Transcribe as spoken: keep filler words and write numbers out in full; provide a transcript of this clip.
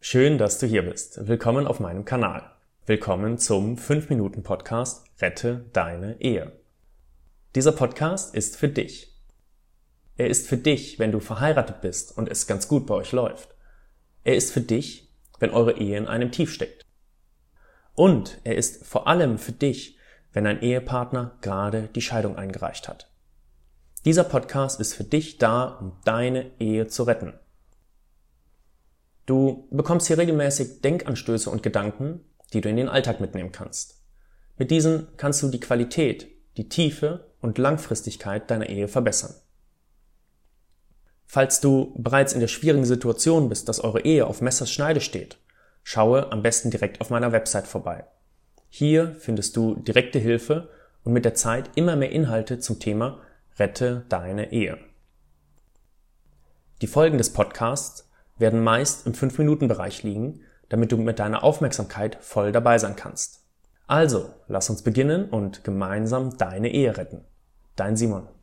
Schön, dass du hier bist. Willkommen auf meinem Kanal. Willkommen zum fünf Minuten Podcast Rette deine Ehe. Dieser Podcast ist für dich. Er ist für dich, wenn du verheiratet bist und es ganz gut bei euch läuft. Er ist für dich, wenn eure Ehe in einem Tief steckt. Und er ist vor allem für dich, wenn dein Ehepartner gerade die Scheidung eingereicht hat. Dieser Podcast ist für dich da, um deine Ehe zu retten. Du bekommst hier regelmäßig Denkanstöße und Gedanken, die du in den Alltag mitnehmen kannst. Mit diesen kannst du die Qualität, die Tiefe und Langfristigkeit deiner Ehe verbessern. Falls du bereits in der schwierigen Situation bist, dass eure Ehe auf Messers Schneide steht, schaue am besten direkt auf meiner Website vorbei. Hier findest du direkte Hilfe und mit der Zeit immer mehr Inhalte zum Thema Rette deine Ehe. Die Folgen des Podcasts werden meist im fünf Minuten Bereich liegen, damit du mit deiner Aufmerksamkeit voll dabei sein kannst. Also, lass uns beginnen und gemeinsam deine Ehe retten. Dein Simon.